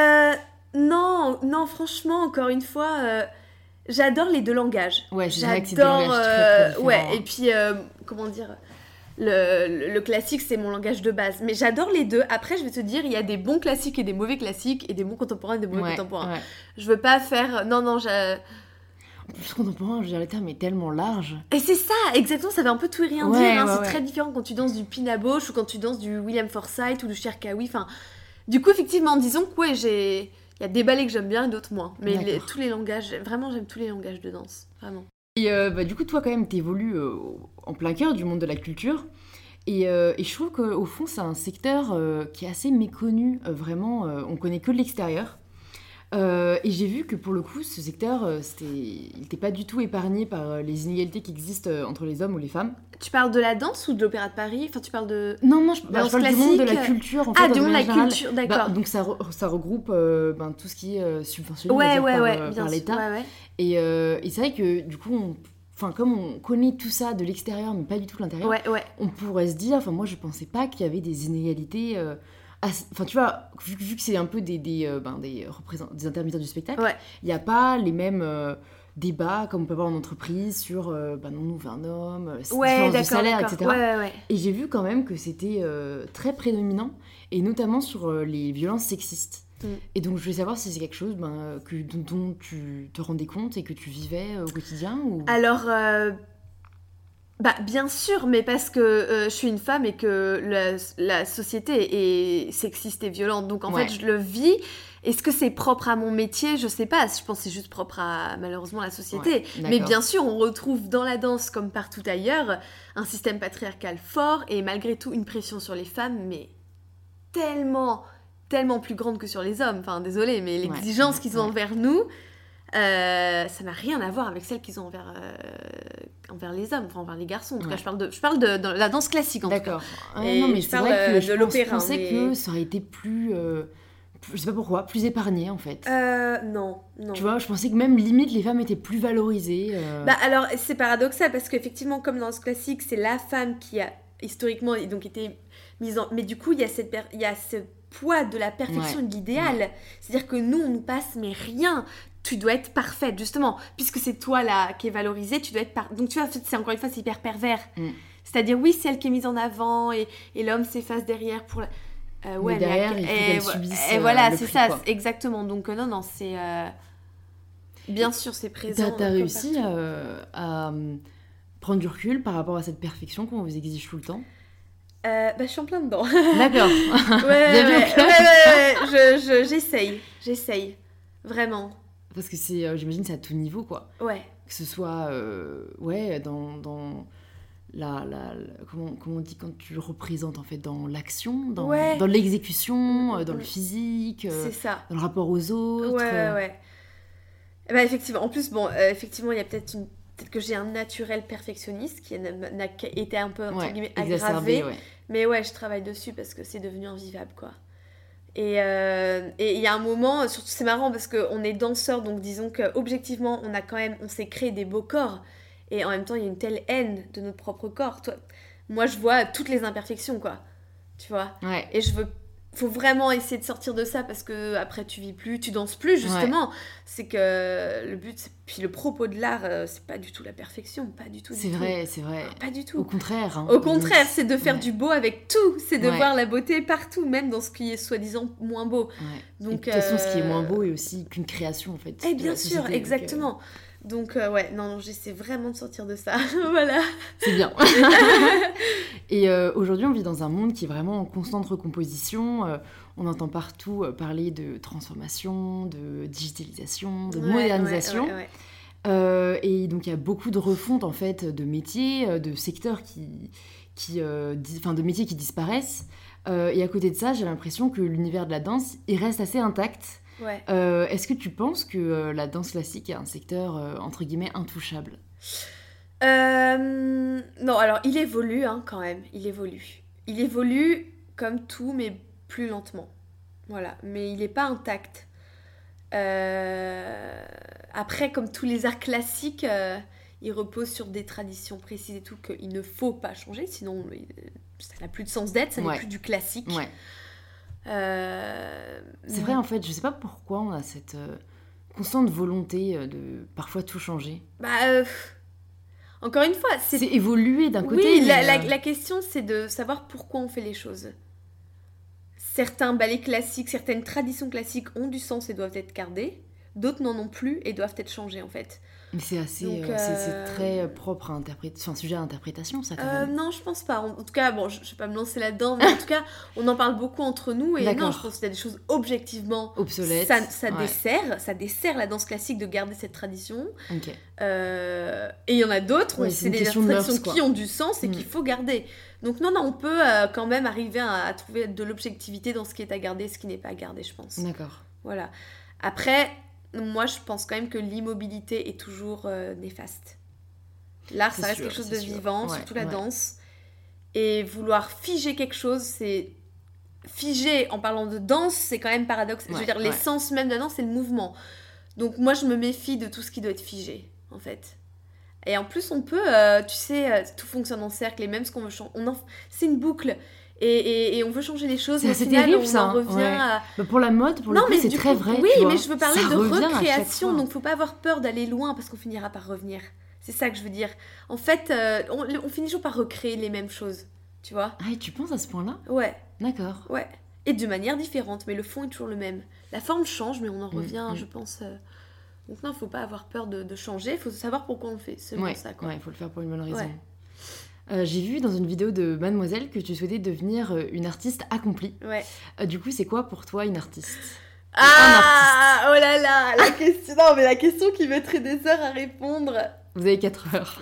Non, franchement, encore une fois... J'adore les deux langages. Ouais, c'est vrai que c'est des langages très différents. Et puis, comment dire, le classique, c'est mon langage de base. Mais j'adore les deux. Après, je vais te dire, il y a des bons classiques et des mauvais classiques, et des bons contemporains et des mauvais contemporains. Ouais. Je veux pas faire... Non, En plus, contemporain, je veux dire, le terme est tellement large. Et c'est ça, exactement, ça veut un peu tout et rien dire. Hein, c'est très différent quand tu danses du Pina Bausch ou quand tu danses du William Forsythe ou du Cher Kawi. Enfin, du coup, effectivement, disons que il y a des ballets que j'aime bien et d'autres moins. Mais tous les langages, vraiment, j'aime tous les langages de danse. Vraiment. Et du coup, toi, quand même, t'évolues en plein cœur du monde de la culture. Et je trouve qu'au fond, c'est un secteur qui est assez méconnu. Vraiment, on connaît que de l'extérieur. Et j'ai vu que pour le coup, ce secteur, il n'était pas du tout épargné par les inégalités qui existent entre les hommes ou les femmes. Tu parles de la danse ou de l'Opéra de Paris ? Enfin, tu parles de... Non, je parle du monde de la culture. En fait, du monde de la culture, d'accord. Donc ça regroupe tout ce qui est subventionné par l'État. Ouais. Et c'est vrai que du coup, comme on connaît tout ça de l'extérieur, mais pas du tout de l'intérieur, on pourrait se dire... moi, je pensais pas qu'il y avait des inégalités... tu vois, vu que c'est un peu des intermittents du spectacle, il n'y a pas les mêmes débats comme on peut avoir en entreprise sur non, nous veut un homme, différence de salaire, etc. Et j'ai vu quand même que c'était très prédominant, et notamment sur les violences sexistes. Et donc je voulais savoir si c'est quelque chose dont tu te rendais compte et que tu vivais au quotidien ou... Alors... bien sûr, mais parce que je suis une femme et que la société est sexiste et violente. Donc, en fait, je le vis. Est-ce que c'est propre à mon métier ? Je sais pas. Je pense que c'est juste propre à, malheureusement, la société. Mais bien sûr, on retrouve dans la danse, comme partout ailleurs, un système patriarcal fort et malgré tout, une pression sur les femmes, mais tellement plus grande que sur les hommes. Enfin, désolée, mais l'exigence qu'ils ont envers nous... ça n'a rien à voir avec celle qu'ils ont envers les hommes, enfin envers les garçons. En tout cas, je parle de la danse classique en tout cas. D'accord. Non, mais c'est vrai que je pensais que ça aurait été plus je sais pas pourquoi, plus épargnées en fait. Non. Tu vois, je pensais que même limite les femmes étaient plus valorisées. Bah alors c'est paradoxal parce qu'effectivement comme dans ce classique c'est la femme qui a historiquement donc été mise en... Mais du coup il y a ce poids de la perfection et de l'idéal. C'est-à-dire que nous on nous passe mais rien. Tu dois être parfaite justement. Puisque c'est toi là qui est valorisée, tu dois être donc tu vois c'est encore une fois c'est hyper pervers. C'est-à-dire oui c'est elle qui est mise en avant et l'homme s'efface derrière pour la... mais derrière, il faut qu'elle subisse et voilà, le c'est prix, ça, quoi. exactement. Donc non, c'est... Bien sûr, c'est présent. T'as réussi à prendre du recul par rapport à cette perfection qu'on vous exige tout le temps? Je suis en plein dedans. D'accord. J'essaye. Vraiment. Parce que c'est, j'imagine, c'est à tout niveau, quoi. Ouais. Que ce soit, dans comment on dit quand tu représentes en fait dans l'action, dans l'exécution, dans le physique, c'est ça. dans le rapport aux autres. Ouais. Bah, effectivement. En plus, effectivement, il y a peut-être que j'ai un naturel perfectionniste qui n'a été un peu entre guillemets aggravé. Mais ouais, je travaille dessus parce que c'est devenu invivable, quoi. Et il y a un moment, surtout c'est marrant parce qu'on est danseur, donc disons qu'objectivement, on s'est créé des beaux corps. Et en même temps, il y a une telle haine de notre propre corps. Moi, je vois toutes les imperfections, quoi. Tu vois ? Ouais. Et faut vraiment essayer de sortir de ça parce que après tu vis plus, tu danses plus, justement. Ouais. C'est que le but, puis le propos de l'art, c'est pas du tout la perfection, pas du tout. C'est vrai. Pas du tout. Au contraire. Au contraire, c'est de faire du beau avec tout. C'est de voir la beauté partout, même dans ce qui est soi-disant moins beau. Ouais. Donc, et de toute façon, ce qui est moins beau est aussi qu'une création, en fait. Et bien sûr, société, exactement. Donc, non, j'essaie vraiment de sortir de ça. Voilà. C'est bien. Et aujourd'hui, on vit dans un monde qui est vraiment en constante recomposition. On entend partout parler de transformation, de digitalisation, de modernisation. Ouais. Et donc, il y a beaucoup de refonte, en fait, de métiers, de secteurs de métiers qui disparaissent. Et à côté de ça, j'ai l'impression que l'univers de la danse, il reste assez intact. Ouais. Est-ce que tu penses que la danse classique est un secteur, entre guillemets, intouchable ? Non, alors il évolue quand même, il évolue comme tout, mais plus lentement, voilà, mais il n'est pas intact. Après, comme tous les arts classiques, il repose sur des traditions précises et tout, qu'il ne faut pas changer, sinon ça n'a plus de sens d'être, ça n'est plus du classique. Ouais. C'est vrai, en fait, je sais pas pourquoi on a cette constante volonté de parfois tout changer. Encore une fois, c'est évoluer d'un côté. Oui, la question, c'est de savoir pourquoi on fait les choses. Certains ballets classiques, certaines traditions classiques ont du sens et doivent être gardées. D'autres n'en ont plus et doivent être changées, en fait. Mais c'est assez, c'est très propre à sujet à interprétation, ça, quand même. Non, je pense pas. En tout cas, je vais pas me lancer là-dedans, mais en tout cas, on en parle beaucoup entre nous. Et non, je pense qu'il y a des choses objectivement obsolètes. Ça dessert la danse classique de garder cette tradition. Ok. Et il y en a d'autres, c'est des traditions qui ont du sens et qu'il faut garder. Donc non, on peut quand même arriver à trouver de l'objectivité dans ce qui est à garder et ce qui n'est pas à garder, je pense. D'accord. Voilà. Après... Moi, je pense quand même que l'immobilité est toujours néfaste. L'art, ça reste quelque chose de vivant, surtout la danse. Et vouloir figer quelque chose, c'est... Figer, en parlant de danse, c'est quand même paradoxe. Je veux dire, l'essence même de la danse, c'est le mouvement. Donc moi, je me méfie de tout ce qui doit être figé, en fait. Et en plus, on peut, tout fonctionne en cercle, et même ce qu'on veut changer... C'est une boucle. Et on veut changer les choses, mais au final, terrible, on ça. En revient à... pour la mode, pour le coup, c'est très vrai. Oui, tu vois. Mais je veux parler ça de recréation, donc il ne faut pas avoir peur d'aller loin, parce qu'on finira par revenir. C'est ça que je veux dire. En fait, on finit toujours par recréer les mêmes choses, tu vois. Ah, et tu penses à ce point-là ? Ouais. D'accord. Ouais. Et de manière différente, mais le fond est toujours le même. La forme change, mais on en revient, je pense... Donc non, il ne faut pas avoir peur de changer, il faut savoir pourquoi on le fait. C'est ça, quoi. Ouais, il faut le faire pour une bonne raison. Ouais. J'ai vu dans une vidéo de Mademoiselle que tu souhaitais devenir une artiste accomplie. Ouais. Du coup, c'est quoi pour toi une artiste ? Oh là là, la question... Non, mais la question qui mettrait des heures à répondre. Vous avez 4 heures.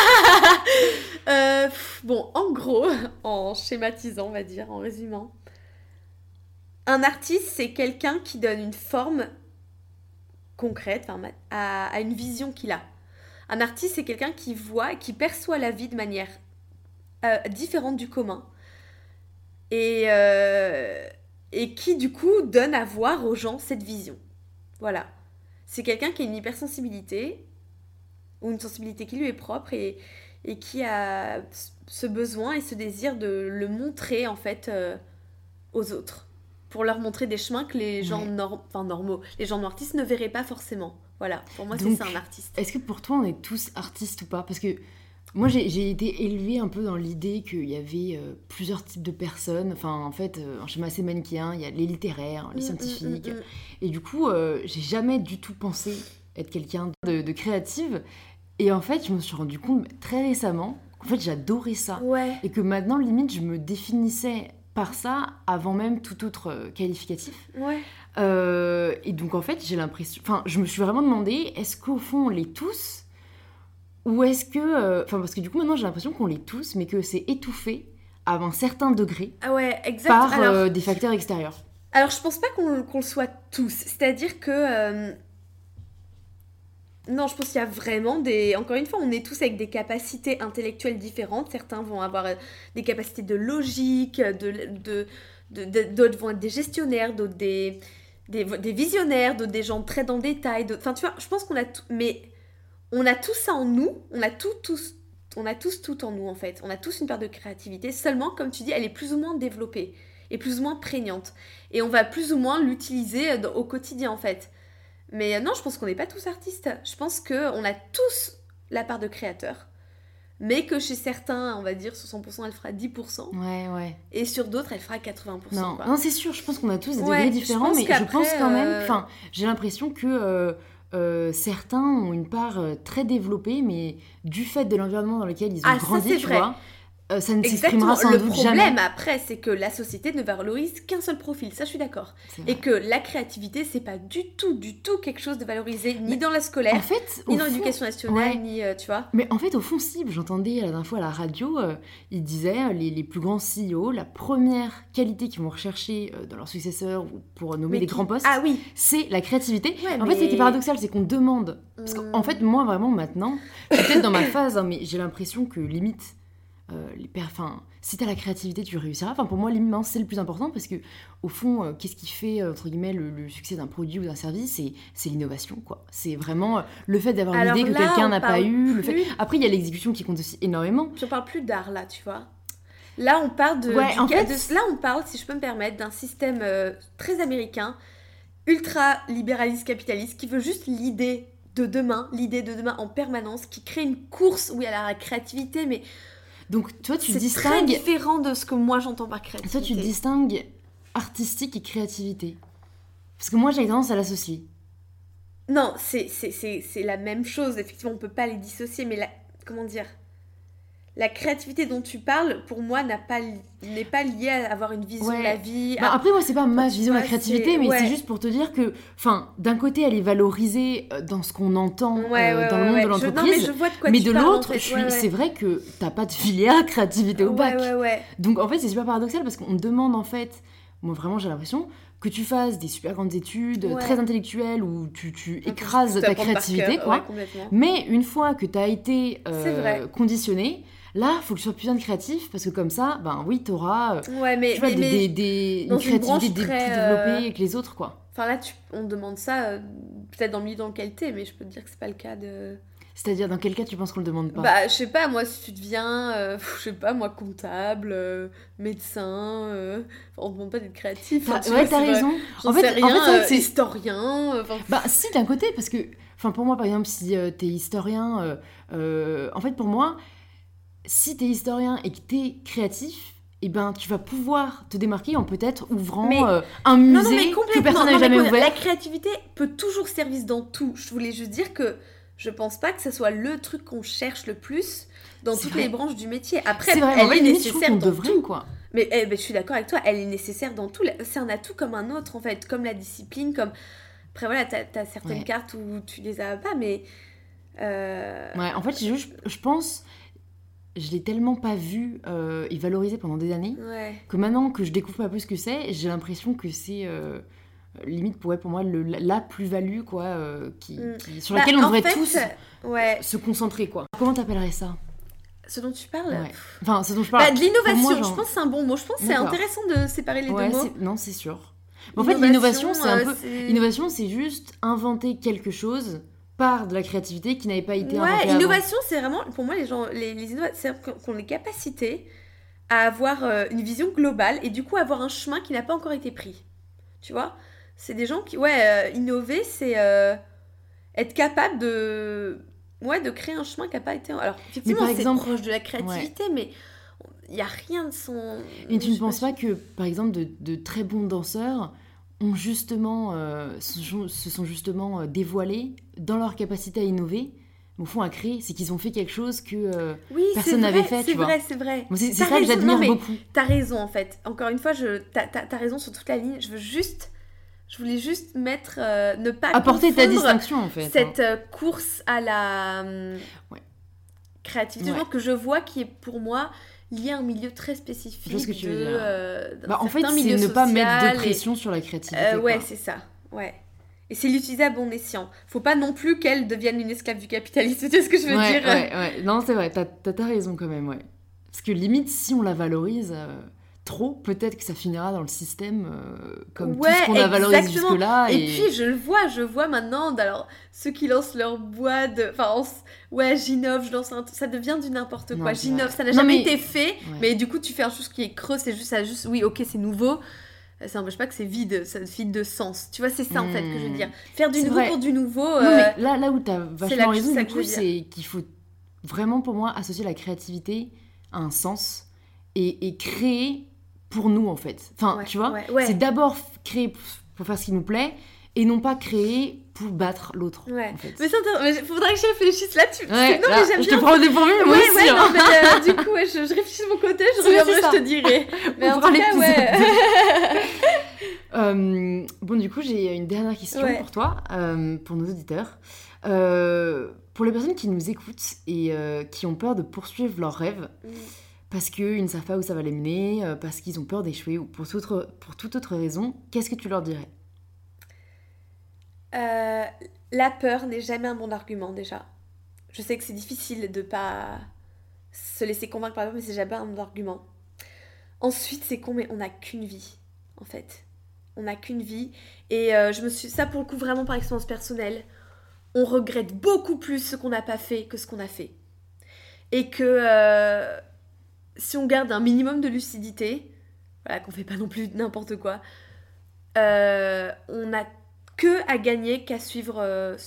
En gros, en schématisant, on va dire, en résumant. Un artiste, c'est quelqu'un qui donne une forme concrète à une vision qu'il a. Un artiste, c'est quelqu'un qui voit, qui perçoit la vie de manière différente du commun. Et et qui du coup donne à voir aux gens cette vision. Voilà. C'est quelqu'un qui a une hypersensibilité ou une sensibilité qui lui est propre et qui a ce besoin et ce désir de le montrer en fait aux autres pour leur montrer des chemins que les gens normaux, les gens non artistes ne verraient pas forcément. Voilà, pour moi Donc, c'est ça un artiste. Est-ce que pour toi on est tous artistes ou pas ? Parce que moi j'ai été élevée un peu dans l'idée qu'il y avait plusieurs types de personnes. Enfin en fait, un schéma assez manichéen, il y a les littéraires, les scientifiques. Et du coup, j'ai jamais du tout pensé être quelqu'un de créative. Et en fait, je me suis rendu compte très récemment qu'en fait j'adorais ça. Ouais. Et que maintenant, limite, je me définissais par ça avant même tout autre qualificatif. Ouais. Et donc en fait, j'ai l'impression... Enfin, je me suis vraiment demandé, est-ce qu'au fond, on l'est tous ? Ou est-ce que... Enfin, parce que du coup, maintenant, j'ai l'impression qu'on l'est tous, mais que c'est étouffé à un certain degré Ah ouais, exactement. par des facteurs extérieurs. Alors, je pense pas qu'on le soit tous. C'est-à-dire que... Non, je pense qu'il y a vraiment des... Encore une fois, on est tous avec des capacités intellectuelles différentes. Certains vont avoir des capacités de logique, d'autres vont être des gestionnaires, d'autres des visionnaires, d'autres des gens très dans le détail. Enfin, tu vois, je pense qu'on a tout... Mais on a tout ça en nous. On a tous tout en nous, en fait. On a tous une part de créativité. Seulement, comme tu dis, elle est plus ou moins développée et plus ou moins prégnante. Et on va plus ou moins l'utiliser au quotidien, en fait. Mais non, je pense qu'on n'est pas tous artistes. Je pense qu'on a tous la part de créateur. Mais que chez certains, on va dire, sur 100%, elle fera 10%. Ouais. Et sur d'autres, elle fera 80%. Non, c'est sûr, je pense qu'on a tous des degrés différents. Mais je pense quand même... Enfin, j'ai l'impression que certains ont une part très développée, mais du fait de l'environnement dans lequel ils ont grandi, tu vois... ça ne s'exprimera sans doute jamais. Le problème après, c'est que la société ne valorise qu'un seul profil, ça je suis d'accord. Et que la créativité, c'est pas du tout quelque chose de valorisé, ni dans la scolaire, en fait, ni dans l'éducation nationale, ni tu vois. Mais en fait, au fond, si, j'entendais la dernière fois à la radio, ils disaient, les plus grands CEO, la première qualité qu'ils vont rechercher dans leurs successeurs ou pour nommer des grands postes, c'est la créativité. Ouais, en fait, ce qui est paradoxal, c'est qu'on demande. Parce qu'en fait, moi, vraiment, maintenant, peut-être dans ma phase, hein, mais j'ai l'impression que limite... si t'as la créativité, tu réussiras. Enfin, pour moi, l'immense, c'est le plus important parce que, au fond, qu'est-ce qui fait, entre guillemets, le succès d'un produit ou d'un service ? C'est l'innovation, quoi. C'est vraiment le fait d'avoir une idée que quelqu'un n'a pas eue. Après, il y a l'exécution qui compte aussi énormément. Puis on parle plus d'art, là, tu vois. Là, on parle là, on parle, si je peux me permettre, d'un système très américain, ultra libéraliste, capitaliste, qui veut juste l'idée de demain en permanence, qui crée une course où il y a la créativité, mais... Donc, toi, tu distingues... C'est très différent de ce que moi, j'entends par créativité. Toi, tu distingues artistique et créativité. Parce que moi, j'ai tendance à l'associer. Non, c'est la même chose. Effectivement, on peut pas les dissocier, mais comment dire ? La créativité dont tu parles, pour moi, n'est pas liée à avoir une vision de la vie. Après, moi, c'est pas ma vision de la créativité, mais c'est juste pour te dire que, d'un côté, elle est valorisée dans ce qu'on entend dans le monde de l'entreprise, mais de l'autre, c'est vrai que t'as pas de filière créativité au bac. Donc, en fait, c'est super paradoxal parce qu'on te demande, en fait, moi, vraiment, j'ai l'impression que tu fasses des super grandes études, très intellectuelles, où tu écrases ta créativité, quoi. Mais une fois que t'as été conditionné, là, il faut que tu sois plus créatif, parce que comme ça, t'auras une créativité plus développée que les autres, quoi. Enfin là, on demande ça, peut-être dans le milieu dans lequel t'es, mais je peux te dire que c'est pas le cas de... C'est-à-dire, dans quel cas tu penses qu'on le demande pas ? Je sais pas, moi, si tu deviens, comptable, médecin, on demande pas d'être créatif. T'as raison. J'en sais rien, c'est historien... si, d'un côté, parce que... pour moi, par exemple, si t'es historien, en fait, pour moi... Si t'es historien et que t'es créatif, tu vas pouvoir te démarquer en peut-être ouvrant un musée que personne n'a jamais ouvert. La créativité peut toujours servir dans tout. Je voulais juste dire que je pense pas que ce soit le truc qu'on cherche le plus dans toutes les branches du métier. Après, elle est nécessaire dans tout. Quoi. Mais je suis d'accord avec toi, elle est nécessaire dans tout. C'est un atout comme un autre, en fait. Comme la discipline, comme... Après, voilà, t'as certaines cartes où tu les as pas, mais... en fait, je pense... Je l'ai tellement pas vu et valorisé pendant des années que maintenant que je découvre pas plus ce que c'est, j'ai l'impression que c'est limite pour moi la plus-value quoi, sur laquelle on devrait tous se concentrer quoi. Comment t'appellerais ça ? Ce dont tu parles Enfin, ce dont je parle... de l'innovation, moi, je pense que c'est un bon mot. Je pense que c'est intéressant de séparer les deux mots. Non, c'est sûr. En fait, l'innovation, c'est un peu... L'innovation, c'est juste inventer quelque chose par de la créativité qui n'avait pas été inventée avant. Innovation, c'est vraiment... Pour moi, les innovateurs, c'est qu'on a les capacités à avoir une vision globale et du coup, avoir un chemin qui n'a pas encore été pris. Tu vois ? C'est des gens qui... innover, c'est être capable de créer un chemin qui n'a pas été... Alors, effectivement, c'est proche de la créativité, mais il n'y a rien de son... Et tu ne penses pas que, par exemple, de très bons danseurs ont justement, se sont justement dévoilés dans leur capacité à innover, au fond à créer, c'est qu'ils ont fait quelque chose que personne n'avait fait, tu vois. C'est vrai. C'est ça que j'admire beaucoup. T'as raison, en fait. Encore une fois, t'as raison sur toute la ligne. Je voulais juste mettre... ne pas apporter ta distinction, en fait. Cette course à la créativité, que je vois qui est pour moi liée à un milieu très spécifique. Je sais ce que tu veux dire. En fait, c'est ne pas mettre de pression sur la créativité. C'est ça. Ouais. Et c'est l'utiliser à bon escient. Faut pas non plus qu'elle devienne une esclave du capitalisme. Tu sais ce que je veux dire ? Ouais. Non, c'est vrai. T'as raison quand même, ouais. Parce que limite, si on la valorise... trop, peut-être que ça finira dans le système comme tout ce qu'on a valorisé jusque-là. Et puis, je vois maintenant, alors, ceux qui lancent leur boîte, j'innove, je lance ça devient du n'importe quoi. J'innove, ça n'a jamais été fait, mais du coup, tu fais un chose qui est creux, c'est juste, oui, ok, c'est nouveau. Ça n'empêche pas que c'est vide de sens. Tu vois, c'est ça, en fait, que je veux dire. Faire du nouveau pour du nouveau... Non, mais là où t'as vachement raison, du coup, c'est qu'il faut vraiment, pour moi, associer la créativité à un sens et créer... pour nous en fait. Enfin, tu vois, c'est d'abord créer pour faire ce qui nous plaît et non pas créer pour battre l'autre. En fait. Mais il faudrait que je réfléchisse là-dessus. Mais je te prends au dépourvu, mais moi aussi. Non, mais du coup, je réfléchis de mon côté, je reviendrai, je te dirai. Mais en tout cas, bon, du coup, j'ai une dernière question pour toi, pour nos auditeurs. Pour les personnes qui nous écoutent et qui ont peur de poursuivre leurs rêves, parce qu'ils ne savent pas où ça va les mener, parce qu'ils ont peur d'échouer ou pour toute autre raison, qu'est-ce que tu leur dirais ? La peur n'est jamais un bon argument déjà. Je sais que c'est difficile de pas se laisser convaincre par la peur, mais c'est jamais un bon argument. Ensuite, c'est con, mais on n'a qu'une vie, en fait. On n'a qu'une vie. Et ça pour le coup, vraiment par expérience personnelle, on regrette beaucoup plus ce qu'on n'a pas fait que ce qu'on a fait. Et que... si on garde un minimum de lucidité, qu'on fait pas non plus n'importe quoi, on n'a que à gagner qu'à suivre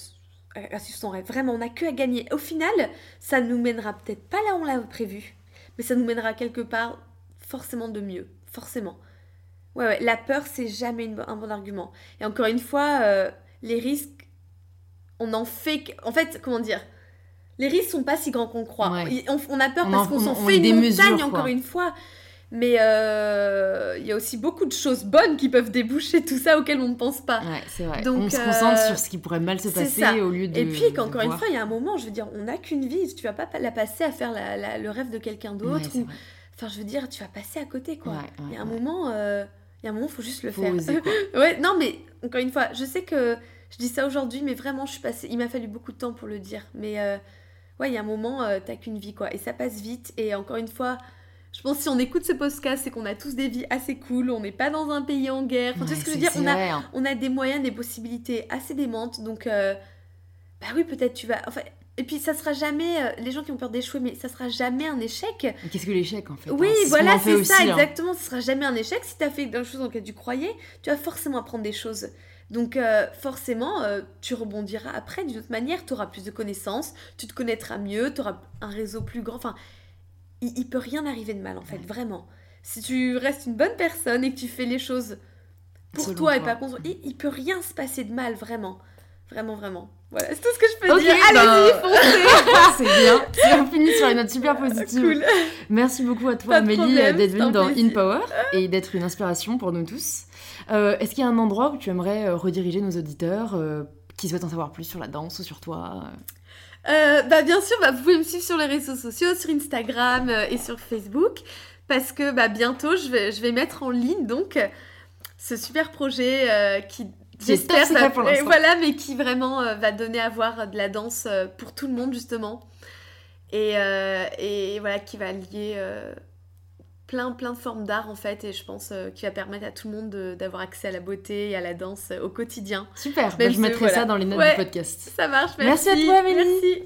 son rêve. Vraiment, on n'a que à gagner. Au final, ça nous mènera peut-être pas là où on l'a prévu, mais ça nous mènera quelque part forcément de mieux. Forcément. Ouais, la peur, c'est jamais un bon argument. Et encore une fois, les risques, on en fait... En fait, comment dire ? Les risques sont pas si grands qu'on croit. On a peur parce qu'on s'en fait une montagne, encore une fois. Mais il y a aussi beaucoup de choses bonnes qui peuvent déboucher tout ça auxquelles on ne pense pas. Ouais, c'est vrai. Donc, on se concentre sur ce qui pourrait mal se passer au lieu de... Et puis, qu'encore une fois, il y a un moment, je veux dire, on n'a qu'une vie. Tu vas pas la passer à faire le rêve de quelqu'un d'autre. Enfin, je veux dire, tu vas passer à côté, quoi. Il y a un moment, il faut juste le faire. Oser, quoi. Non, mais encore une fois, je sais que je dis ça aujourd'hui, mais vraiment, il m'a fallu beaucoup de temps pour le dire. Mais... il y a un moment, t'as qu'une vie, quoi. Et ça passe vite. Et encore une fois, je pense que si on écoute ce podcast, c'est qu'on a tous des vies assez cool. On n'est pas dans un pays en guerre. Enfin, tu sais ce que je veux dire ? On a des moyens, des possibilités assez démentes. Donc, oui, peut-être tu vas... Enfin, et puis, ça sera jamais... les gens qui ont peur d'échouer, mais ça sera jamais un échec. Mais qu'est-ce que l'échec, en fait ? Oui, voilà, c'est ça, exactement. Ça sera jamais un échec. Si t'as fait des choses dans lesquelles tu croyais, tu vas forcément apprendre des choses. Donc forcément, tu rebondiras après d'une autre manière, tu auras plus de connaissances, tu te connaîtras mieux, tu auras un réseau plus grand. Enfin, il peut rien arriver de mal, en fait, vraiment. Si tu restes une bonne personne et que tu fais les choses pour toi et pas contre... Il peut rien se passer de mal, vraiment. Vraiment, vraiment. Voilà, c'est tout ce que je peux dire. Allez-y, foncez. C'est bien. On finit sur une note super positive. Cool. Merci beaucoup à toi, Amélie, d'être venue dans In Power et d'être une inspiration pour nous tous. Est-ce qu'il y a un endroit où tu aimerais rediriger nos auditeurs qui souhaitent en savoir plus sur la danse ou sur toi Bien sûr, vous pouvez me suivre sur les réseaux sociaux, sur Instagram et sur Facebook, parce que bientôt, je vais mettre en ligne donc ce super projet qui... J'espère pour l'instant. Voilà, mais qui vraiment va donner à voir de la danse pour tout le monde, justement. et voilà, qui va lier plein de formes d'art en fait, et je pense qu'il va permettre à tout le monde d'avoir accès à la beauté et à la danse au quotidien. Super, je mettrai ça dans les notes du podcast. Ça marche, merci à toi Amélie.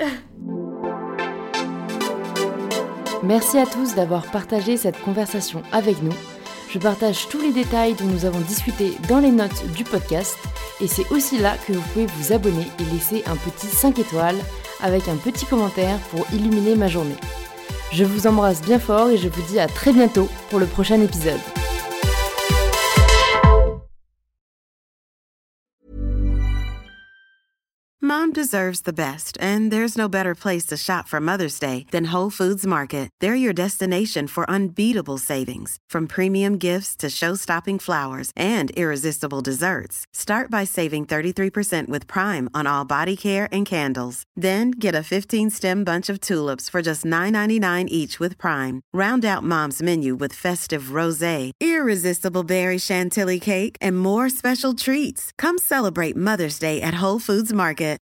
Merci à tous d'avoir partagé cette conversation avec nous. Je partage tous les détails dont nous avons discuté dans les notes du podcast, et c'est aussi là que vous pouvez vous abonner et laisser un petit 5 étoiles avec un petit commentaire pour illuminer ma journée. Je vous embrasse bien fort et je vous dis à très bientôt pour le prochain épisode. Mom deserves the best, and there's no better place to shop for Mother's Day than Whole Foods Market. They're your destination for unbeatable savings, from premium gifts to show-stopping flowers and irresistible desserts. Start by saving 33% with Prime on all body care and candles. Then get a 15-stem bunch of tulips for just $9.99 each with Prime. Round out Mom's menu with festive rosé, irresistible berry chantilly cake, and more special treats. Come celebrate Mother's Day at Whole Foods Market.